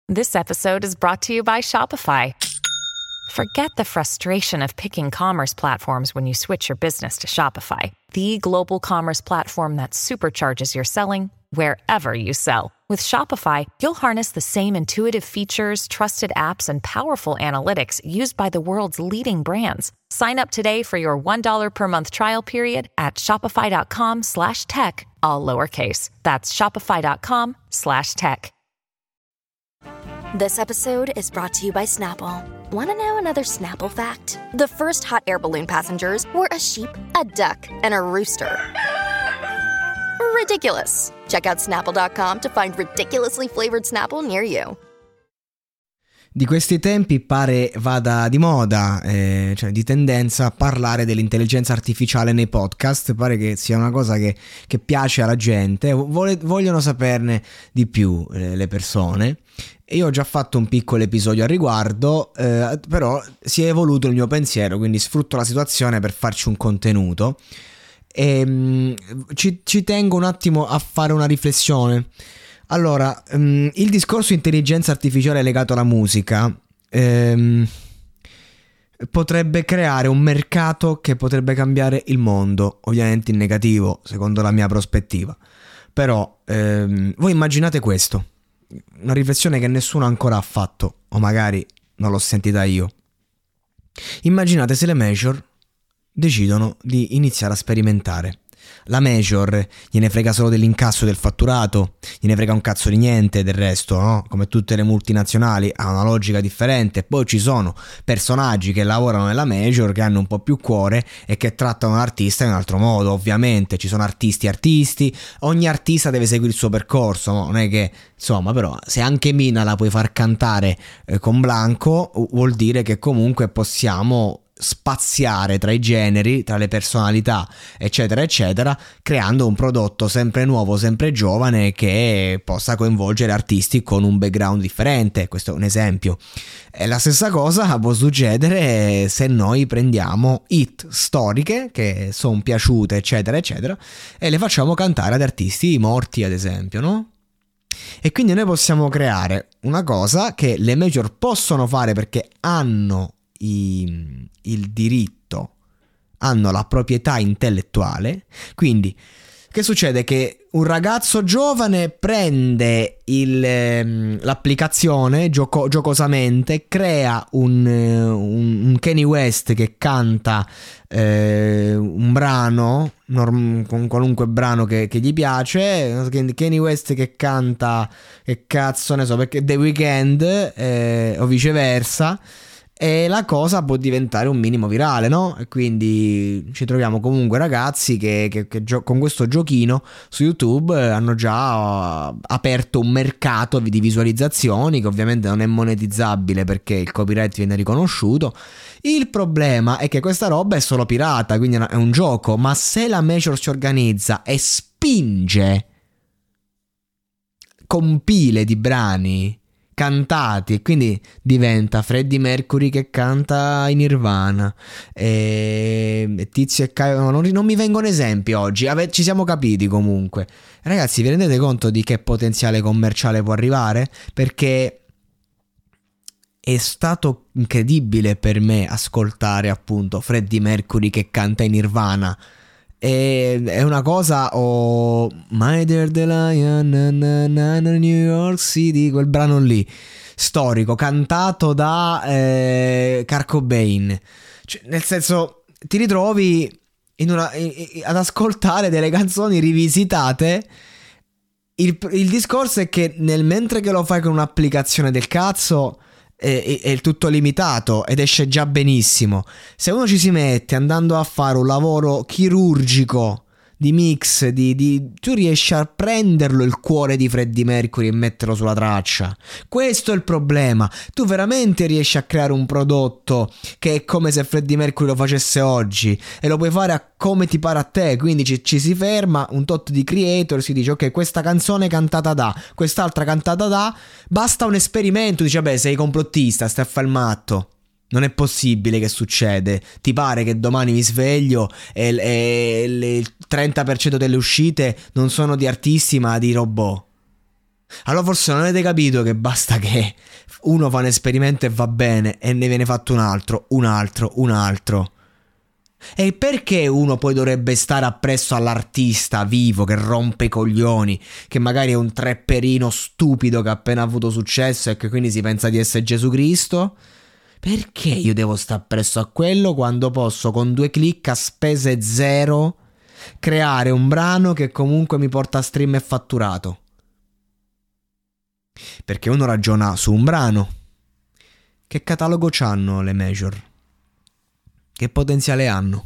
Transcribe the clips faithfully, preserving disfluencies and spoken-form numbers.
This episode is brought to you by Shopify. Forget the frustration of picking commerce platforms when you switch your business to Shopify, the global commerce platform that supercharges your selling wherever you sell. With Shopify, you'll harness the same intuitive features, trusted apps, and powerful analytics used by the world's leading brands. Sign up today for your one dollar per month trial period at shopify.com slash tech, all lowercase. That's shopify.com slash tech. This episode is brought to you by Snapple. Want to know another Snapple fact? The first hot air balloon passengers were a sheep, a duck, and a rooster. Ridiculous. Check out snapple dot com to find ridiculously flavored Snapple near you. Di questi tempi pare vada di moda, eh, cioè di tendenza a parlare dell'intelligenza artificiale nei podcast. Pare che sia una cosa che, che piace alla gente, Vole, vogliono saperne di più eh, le persone. E io ho già fatto un piccolo episodio al riguardo, eh, però si è evoluto il mio pensiero, quindi sfrutto la situazione per farci un contenuto. E, mh, ci, ci tengo un attimo a fare una riflessione. Allora, um, il discorso intelligenza artificiale legato alla musica ehm, potrebbe creare un mercato che potrebbe cambiare il mondo, ovviamente in negativo, secondo la mia prospettiva. Però ehm, voi immaginate questo, una riflessione che nessuno ancora ha fatto, o magari non l'ho sentita io. Immaginate se le major decidono di iniziare a sperimentare. La major gliene frega solo dell'incasso del fatturato, gliene frega un cazzo di niente del resto, no? Come tutte le multinazionali ha una logica differente. Poi ci sono personaggi che lavorano nella major che hanno un po' più cuore e che trattano l'artista in un altro modo. Ovviamente ci sono artisti artisti, ogni artista deve seguire il suo percorso, no? Non è che, insomma, però se anche Mina la puoi far cantare eh, con Blanco, vuol dire che comunque possiamo spaziare tra i generi, tra le personalità, eccetera eccetera, creando un prodotto sempre nuovo, sempre giovane, che possa coinvolgere artisti con un background differente. Questo è un esempio. E la stessa cosa può succedere se noi prendiamo hit storiche che sono piaciute, eccetera eccetera, e le facciamo cantare ad artisti morti, ad esempio, no? E quindi noi possiamo creare una cosa che le major possono fare perché hanno I, il diritto, hanno la proprietà intellettuale. Quindi che succede? Che un ragazzo giovane prende il, l'applicazione gioco, giocosamente, crea un, un, un Kanye West che canta eh, un brano norm, con qualunque brano che, che gli piace, Kanye West che canta, che cazzo ne so, perché The Weeknd eh, o viceversa. E la cosa può diventare un minimo virale, no? E quindi ci troviamo comunque ragazzi che, che, che gio- con questo giochino su YouTube hanno già aperto un mercato di visualizzazioni che ovviamente non è monetizzabile perché il copyright viene riconosciuto. Il problema è che questa roba è solo pirata, quindi è un gioco, ma se la major si organizza e spinge compile di brani cantati, e quindi diventa Freddie Mercury che canta in Nirvana e Tizio e Caio, non, non mi vengono esempi oggi, Ave, ci siamo capiti comunque. Ragazzi, vi rendete conto di che potenziale commerciale può arrivare? Perché è stato incredibile per me ascoltare appunto Freddie Mercury che canta in Nirvana. E è una cosa, o oh, My Dear Delilah, na, na, na, na, New York City, quel brano lì storico cantato da eh, Kurt Cobain, cioè, nel senso ti ritrovi in una, in, in, ad ascoltare delle canzoni rivisitate. Il, il discorso è che nel mentre che lo fai con un'applicazione del cazzo è, è il tutto limitato ed esce già benissimo. Se uno ci si mette andando a fare un lavoro chirurgico di mix, di, di, tu riesci a prenderlo il cuore di Freddie Mercury e metterlo sulla traccia. Questo è il problema. Tu veramente riesci a creare un prodotto che è come se Freddie Mercury lo facesse oggi e lo puoi fare a come ti pare a te. Quindi ci, ci si ferma un tot di creator, si dice ok, questa canzone cantata da, quest'altra cantata da, basta un esperimento. Dice vabbè, sei complottista, stai a fare il matto. Non è possibile che succede. Ti pare che domani mi sveglio e, e, e il trenta per cento delle uscite non sono di artisti ma di robot? Allora forse non avete capito che basta che uno fa un esperimento e va bene e ne viene fatto un altro, un altro, un altro. E perché uno poi dovrebbe stare appresso all'artista vivo che rompe i coglioni, che magari è un trapperino stupido che ha appena avuto successo e che quindi si pensa di essere Gesù Cristo? Perché io devo stare appresso a quello quando posso con due clic a spese zero creare un brano che comunque mi porta a stream e fatturato? Perché uno ragiona su un brano. Che catalogo c'hanno le major? Che potenziale hanno?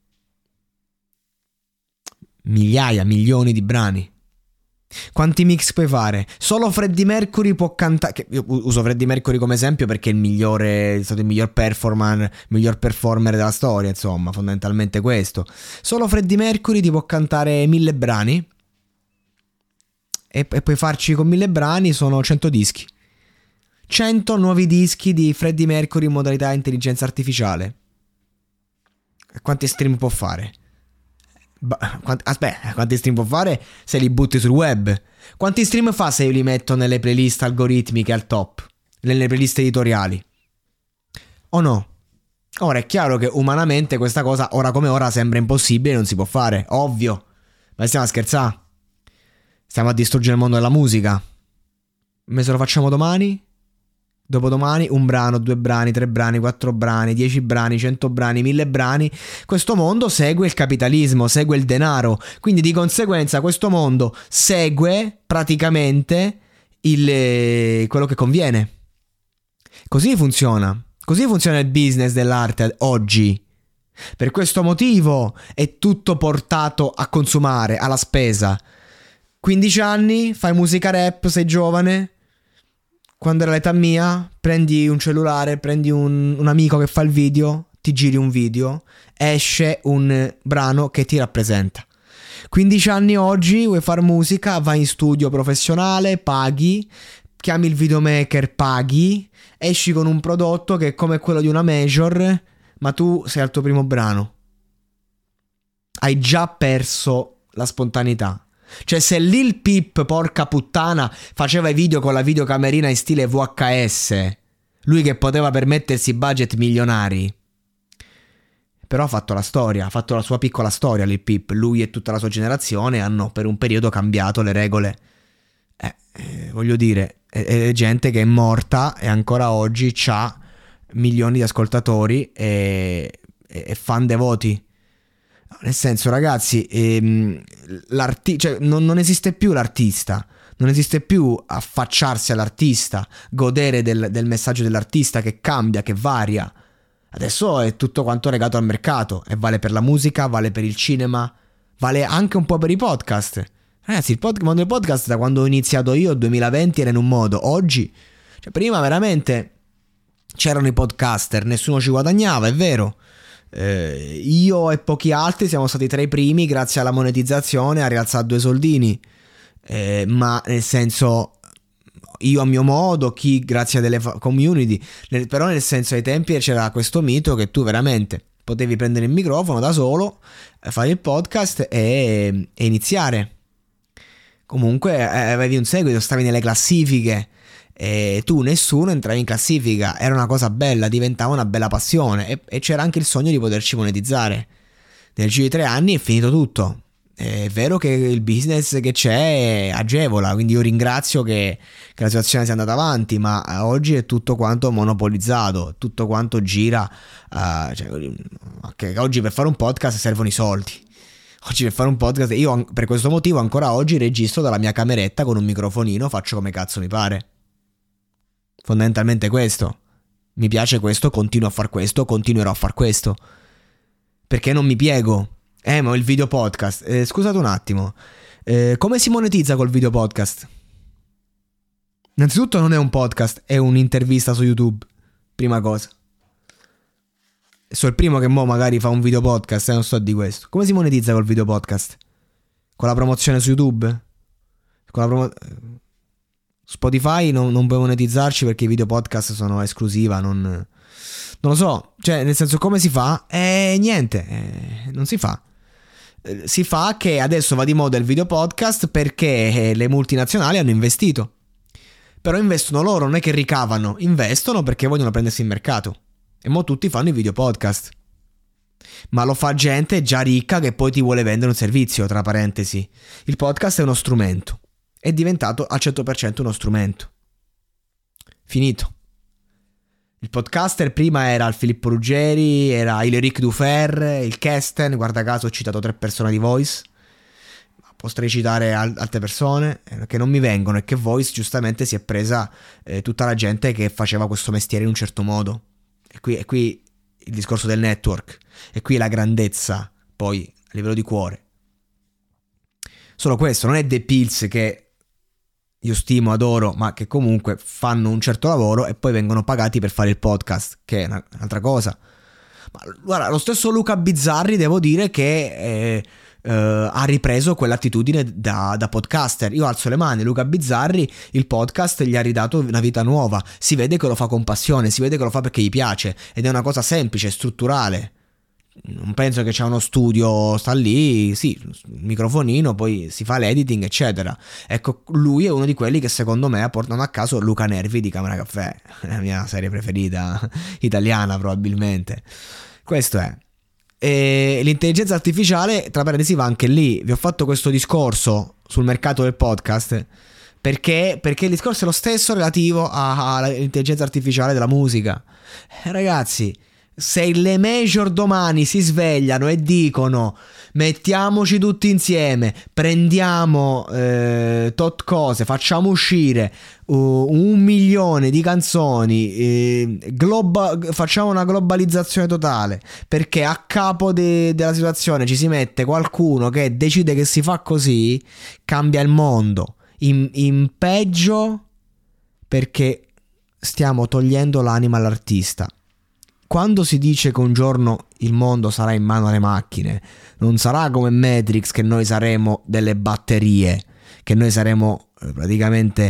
Migliaia, milioni di brani. Quanti mix puoi fare? Solo Freddie Mercury può cantare. Io uso Freddie Mercury come esempio perché è il migliore, è stato il miglior performer, il miglior performer della storia, insomma, fondamentalmente questo. Solo Freddie Mercury ti può cantare mille brani. E, e puoi farci con mille brani, sono cento dischi. cento nuovi dischi di Freddie Mercury in modalità intelligenza artificiale. Quanti stream può fare? Ba- quanti, aspetta, quanti stream può fare se li butti sul web? Quanti stream fa se io li metto nelle playlist algoritmiche al top? Nelle playlist editoriali? O no? Ora è chiaro che umanamente questa cosa ora come ora sembra impossibile e non si può fare, ovvio. Ma stiamo a scherzare? Stiamo a distruggere il mondo della musica? Ma se lo facciamo domani? Dopodomani un brano, due brani, tre brani, quattro brani, dieci brani, cento brani, mille brani. Questo mondo segue il capitalismo, segue il denaro. Quindi di conseguenza questo mondo segue praticamente il, quello che conviene. Così funziona. Così funziona il business dell'arte oggi. Per questo motivo è tutto portato a consumare, alla spesa. quindici anni, fai musica rap, sei giovane. Quando era l'età mia, prendi un cellulare, prendi un, un amico che fa il video, ti giri un video, esce un brano che ti rappresenta. quindici anni oggi, vuoi fare musica, vai in studio professionale, paghi, chiami il videomaker, paghi, esci con un prodotto che è come quello di una major, ma tu sei al tuo primo brano. Hai già perso la spontaneità. Cioè se Lil Peep, porca puttana, faceva i video con la videocamerina in stile V H S, lui che poteva permettersi budget milionari, però ha fatto la storia, ha fatto la sua piccola storia Lil Peep. Lui e tutta la sua generazione hanno per un periodo cambiato le regole. eh, eh, Voglio dire, è, è gente che è morta e ancora oggi c'ha milioni di ascoltatori e, e, e fan devoti. Nel senso, ragazzi, ehm, l'arti- cioè, non, non esiste più l'artista, non esiste più affacciarsi all'artista, godere del, del messaggio dell'artista che cambia, che varia. Adesso è tutto quanto legato al mercato e vale per la musica, vale per il cinema, vale anche un po' per i podcast. Ragazzi, il pod- mondo del podcast da quando ho iniziato io, duemilaventi, era in un modo. Oggi, cioè prima veramente c'erano i podcaster, nessuno ci guadagnava, è vero. Eh, io e pochi altri siamo stati tra i primi grazie alla monetizzazione a rialzare due soldini, eh, ma nel senso io a mio modo, chi grazie a delle community, nel, però nel senso ai tempi c'era questo mito che tu veramente potevi prendere il microfono da solo, fare il podcast e, e iniziare. Comunque eh, avevi un seguito, stavi nelle classifiche. E tu, nessuno, entravi in classifica. Era una cosa bella, diventava una bella passione. E, e c'era anche il sogno di poterci monetizzare. Nel giro di tre anni è finito tutto. È vero che il business che c'è agevola, quindi io ringrazio che, che la situazione sia andata avanti, ma oggi è tutto quanto monopolizzato, tutto quanto gira. Uh, cioè, okay, oggi per fare un podcast servono i soldi. Oggi per fare un podcast, io per questo motivo ancora oggi registro dalla mia cameretta con un microfonino, faccio come cazzo mi pare. Fondamentalmente questo. Mi piace questo, continuo a far questo, continuerò a far questo. Perché non mi piego. Eh, ma il video podcast. Eh, scusate un attimo. Eh, come si monetizza col video podcast? Innanzitutto non è un podcast, è un'intervista su YouTube. Prima cosa. Sono il primo che mo magari fa un video podcast e eh, non so di questo. Come si monetizza col video podcast? Con la promozione su YouTube? Con la promozione... Spotify non, non puoi monetizzarci perché i video podcast sono esclusiva, non, non lo so, cioè nel senso come si fa? Eh niente, eh, non si fa. Eh, si fa che adesso va di moda il video podcast perché le multinazionali hanno investito. Però investono loro, non è che ricavano, investono perché vogliono prendersi il mercato. E mo tutti fanno i video podcast. Ma lo fa gente già ricca che poi ti vuole vendere un servizio, tra parentesi. Il podcast è uno strumento. È diventato al cento per cento uno strumento. Finito. Il podcaster prima era il Filippo Ruggeri, era il Eric Dufer, il Kesten, guarda caso ho citato tre persone di Voice. Potrei citare al- altre persone eh, che non mi vengono, e che Voice giustamente si è presa eh, tutta la gente che faceva questo mestiere in un certo modo. E qui, e qui il discorso del network, e qui la grandezza poi a livello di cuore. Solo questo, non è The Pills, che io stimo, adoro, ma che comunque fanno un certo lavoro e poi vengono pagati per fare il podcast, che è una, un'altra cosa. Ma guarda, lo stesso Luca Bizzarri, devo dire che eh, eh, ha ripreso quell'attitudine da, da podcaster. Io alzo le mani, Luca Bizzarri, il podcast gli ha ridato una vita nuova. Si vede che lo fa con passione, si vede che lo fa perché gli piace, ed è una cosa semplice, strutturale. Non penso che c'è uno studio, sta lì, sì, il microfonino, poi si fa l'editing, eccetera. Ecco, lui è uno di quelli che secondo me portano a caso Luca Nervi di Camera Caffè, la mia serie preferita italiana probabilmente. Questo è. E l'intelligenza artificiale, tra parentesi, va anche lì. Vi ho fatto questo discorso sul mercato del podcast perché, perché il discorso è lo stesso relativo all'intelligenza artificiale della musica. Eh, ragazzi, se le major domani si svegliano e dicono mettiamoci tutti insieme, prendiamo eh, tot cose, facciamo uscire uh, un milione di canzoni, eh, globa- facciamo una globalizzazione totale, perché a capo de- della situazione ci si mette qualcuno che decide che si fa così, cambia il mondo in, in peggio, perché stiamo togliendo l'anima all'artista. Quando si dice che un giorno il mondo sarà in mano alle macchine, non sarà come Matrix, che noi saremo delle batterie, che noi saremo eh, praticamente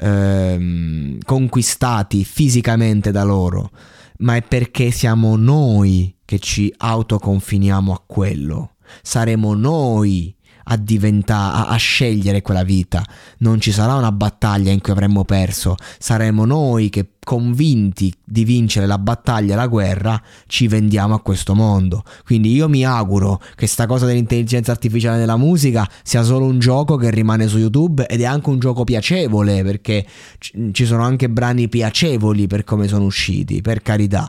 ehm, conquistati fisicamente da loro, ma è perché siamo noi che ci autoconfiniamo a quello. Saremo noi a diventare, a, a scegliere quella vita. Non ci sarà una battaglia in cui avremmo perso, saremo noi che, convinti di vincere la battaglia, la guerra, ci vendiamo a questo mondo. Quindi io mi auguro che sta cosa dell'intelligenza artificiale nella musica sia solo un gioco che rimane su YouTube, ed è anche un gioco piacevole, perché ci sono anche brani piacevoli per come sono usciti, per carità,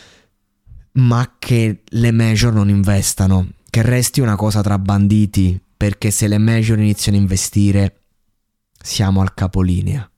ma che le major non investano, che resti una cosa tra banditi, perché se le major iniziano a investire siamo al capolinea.